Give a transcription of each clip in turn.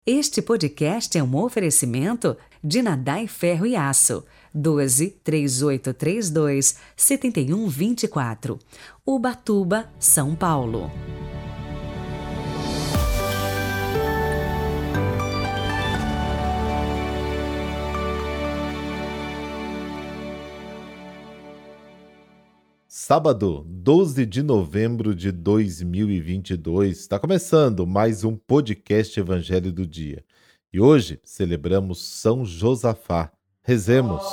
Este podcast é um oferecimento de Nadai Ferro e Aço, 12-3832-7124, Ubatuba, São Paulo. Sábado, 12 de novembro de 2022, está começando mais um podcast Evangelho do Dia. E hoje celebramos São Josafá. Rezemos.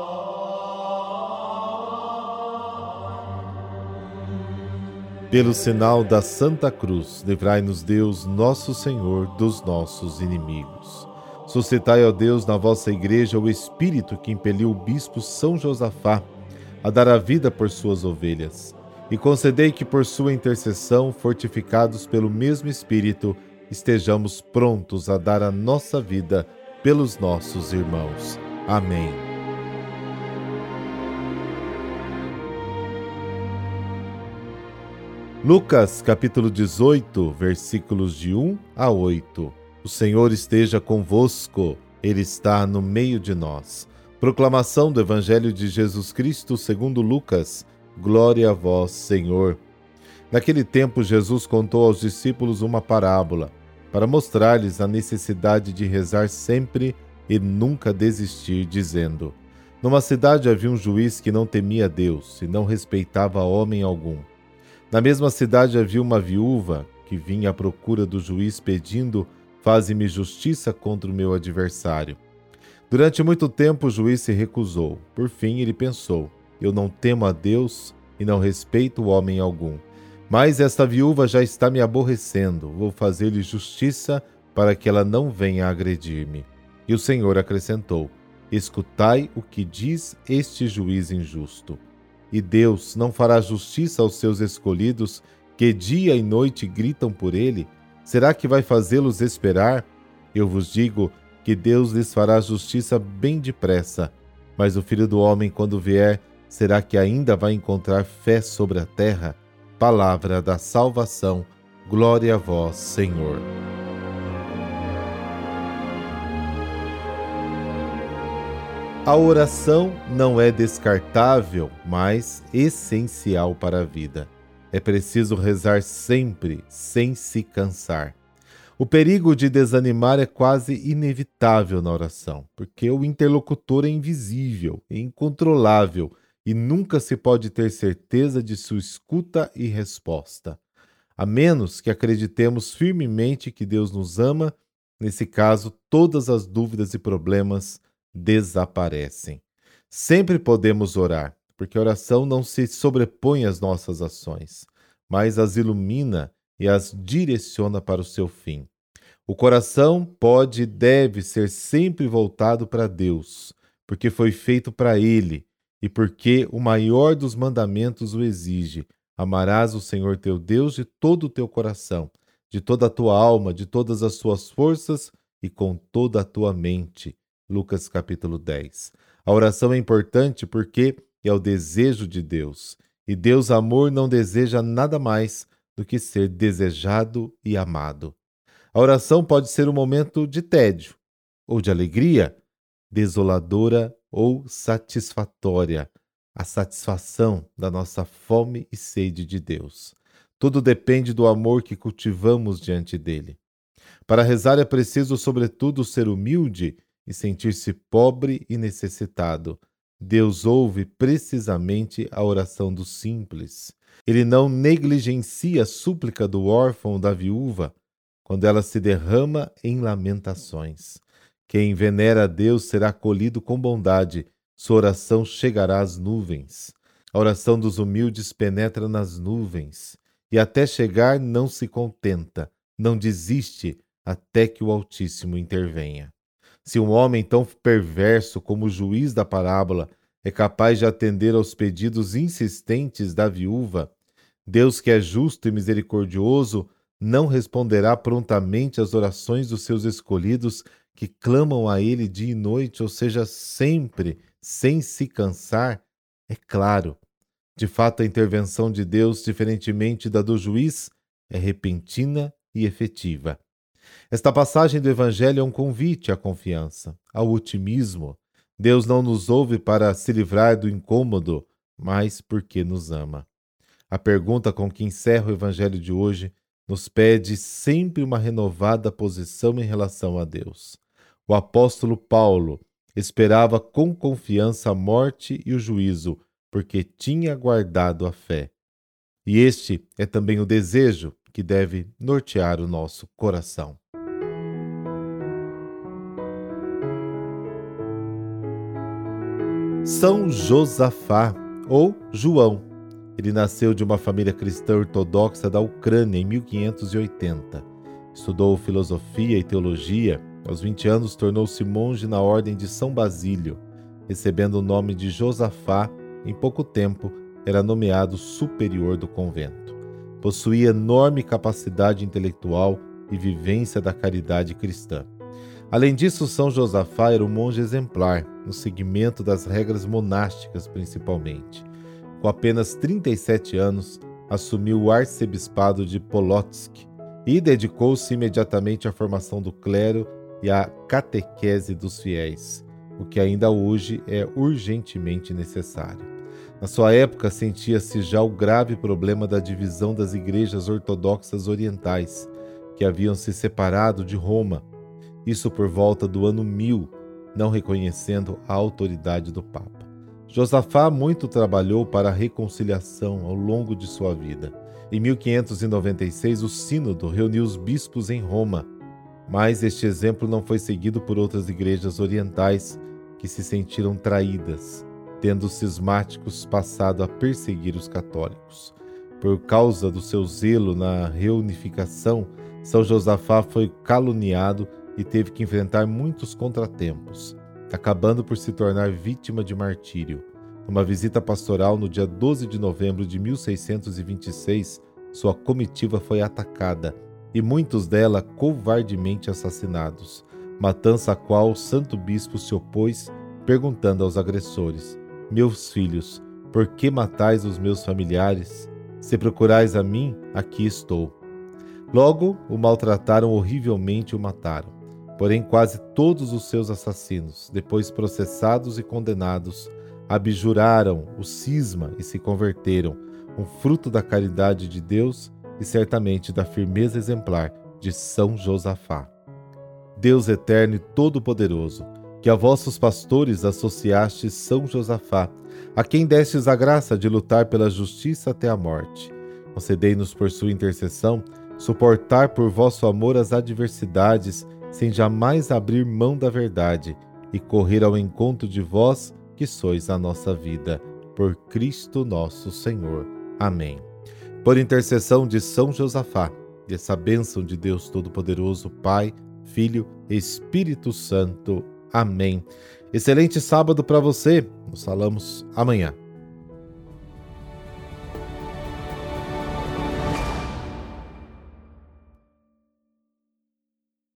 Pelo sinal da Santa Cruz, livrai-nos Deus, nosso Senhor, dos nossos inimigos. Suscitai, ó Deus, na vossa igreja o Espírito que impeliu o bispo São Josafá a dar a vida por suas ovelhas, e concedei que por sua intercessão, fortificados pelo mesmo Espírito, estejamos prontos a dar a nossa vida pelos nossos irmãos. Amém. Lucas, capítulo 18, versículos de 1 a 8. O Senhor esteja convosco, Ele está no meio de nós. Proclamação do Evangelho de Jesus Cristo segundo Lucas. Glória a vós, Senhor. Naquele tempo, Jesus contou aos discípulos uma parábola, para mostrar-lhes a necessidade de rezar sempre e nunca desistir, dizendo: Numa cidade havia um juiz que não temia Deus e não respeitava homem algum. Na mesma cidade havia uma viúva que vinha à procura do juiz pedindo: Faze-me justiça contra o meu adversário. Durante muito tempo o juiz se recusou. Por fim ele pensou: eu não temo a Deus e não respeito homem algum. Mas esta viúva já está me aborrecendo. Vou fazer-lhe justiça para que ela não venha agredir-me. E o Senhor acrescentou: escutai o que diz este juiz injusto. E Deus não fará justiça aos seus escolhidos, que dia e noite gritam por ele? Será que vai fazê-los esperar? Eu vos digo que Deus lhes fará justiça bem depressa. Mas o Filho do Homem, quando vier, será que ainda vai encontrar fé sobre a terra? Palavra da salvação. Glória a vós, Senhor. A oração não é descartável, mas essencial para a vida. É preciso rezar sempre, sem se cansar. O perigo de desanimar é quase inevitável na oração, porque o interlocutor é invisível, é incontrolável e nunca se pode ter certeza de sua escuta e resposta. A menos que acreditemos firmemente que Deus nos ama, nesse caso, todas as dúvidas e problemas desaparecem. Sempre podemos orar, porque a oração não se sobrepõe às nossas ações, mas as ilumina e as direciona para o seu fim. O coração pode e deve ser sempre voltado para Deus, porque foi feito para Ele e porque o maior dos mandamentos o exige: amarás o Senhor teu Deus de todo o teu coração, de toda a tua alma, de todas as suas forças e com toda a tua mente. Lucas capítulo 10. A oração é importante porque é o desejo de Deus, e Deus amor não deseja nada mais do que ser desejado e amado. A oração pode ser um momento de tédio ou de alegria, desoladora ou satisfatória, a satisfação da nossa fome e sede de Deus. Tudo depende do amor que cultivamos diante dele. Para rezar é preciso, sobretudo, ser humilde e sentir-se pobre e necessitado. Deus ouve precisamente a oração do simples. Ele não negligencia a súplica do órfão ou da viúva, quando ela se derrama em lamentações. Quem venera a Deus será acolhido com bondade, sua oração chegará às nuvens. A oração dos humildes penetra nas nuvens, e até chegar não se contenta, não desiste até que o Altíssimo intervenha. Se um homem tão perverso como o juiz da parábola é capaz de atender aos pedidos insistentes da viúva, Deus, que é justo e misericordioso, não responderá prontamente às orações dos seus escolhidos que clamam a Ele dia e noite, ou seja, sempre, sem se cansar? É claro. De fato, a intervenção de Deus, diferentemente da do juiz, é repentina e efetiva. Esta passagem do Evangelho é um convite à confiança, ao otimismo. Deus não nos ouve para se livrar do incômodo, mas porque nos ama. A pergunta com que encerra o Evangelho de hoje nos pede sempre uma renovada posição em relação a Deus. O apóstolo Paulo esperava com confiança a morte e o juízo, porque tinha guardado a fé. E este é também o desejo que deve nortear o nosso coração. São Josafá, ou João. Ele nasceu de uma família cristã ortodoxa da Ucrânia em 1580. Estudou filosofia e teologia. Aos 20 anos, tornou-se monge na ordem de São Basílio. Recebendo o nome de Josafá, em pouco tempo era nomeado superior do convento. Possuía enorme capacidade intelectual e vivência da caridade cristã. Além disso, São Josafá era um monge exemplar, no seguimento das regras monásticas principalmente. Com apenas 37 anos, assumiu o arcebispado de Polotsk e dedicou-se imediatamente à formação do clero e à catequese dos fiéis, o que ainda hoje é urgentemente necessário. Na sua época, sentia-se já o grave problema da divisão das igrejas ortodoxas orientais, que haviam se separado de Roma, isso por volta do ano 1000, não reconhecendo a autoridade do Papa. Josafá muito trabalhou para a reconciliação ao longo de sua vida. Em 1596, o Sínodo reuniu os bispos em Roma, mas este exemplo não foi seguido por outras igrejas orientais que se sentiram traídas, tendo os cismáticos passado a perseguir os católicos. Por causa do seu zelo na reunificação, São Josafá foi caluniado e teve que enfrentar muitos contratempos, acabando por se tornar vítima de martírio. Numa visita pastoral no dia 12 de novembro de 1626, sua comitiva foi atacada e muitos dela covardemente assassinados, matança a qual o santo bispo se opôs, perguntando aos agressores: "Meus filhos, por que matais os meus familiares? Se procurais a mim, aqui estou." Logo, o maltrataram horrivelmente e o mataram. Porém, quase todos os seus assassinos, depois processados e condenados, abjuraram o cisma e se converteram, um fruto da caridade de Deus e certamente da firmeza exemplar de São Josafá. Deus eterno e todo-poderoso, que a vossos pastores associastes São Josafá, a quem destes a graça de lutar pela justiça até a morte, concedei-nos por sua intercessão suportar por vosso amor as adversidades sem jamais abrir mão da verdade e correr ao encontro de vós, que sois a nossa vida. Por Cristo nosso Senhor. Amém. Por intercessão de São Josafá, dessa bênção de Deus Todo-Poderoso, Pai, Filho e Espírito Santo. Amém. Excelente sábado para você. Nos falamos amanhã.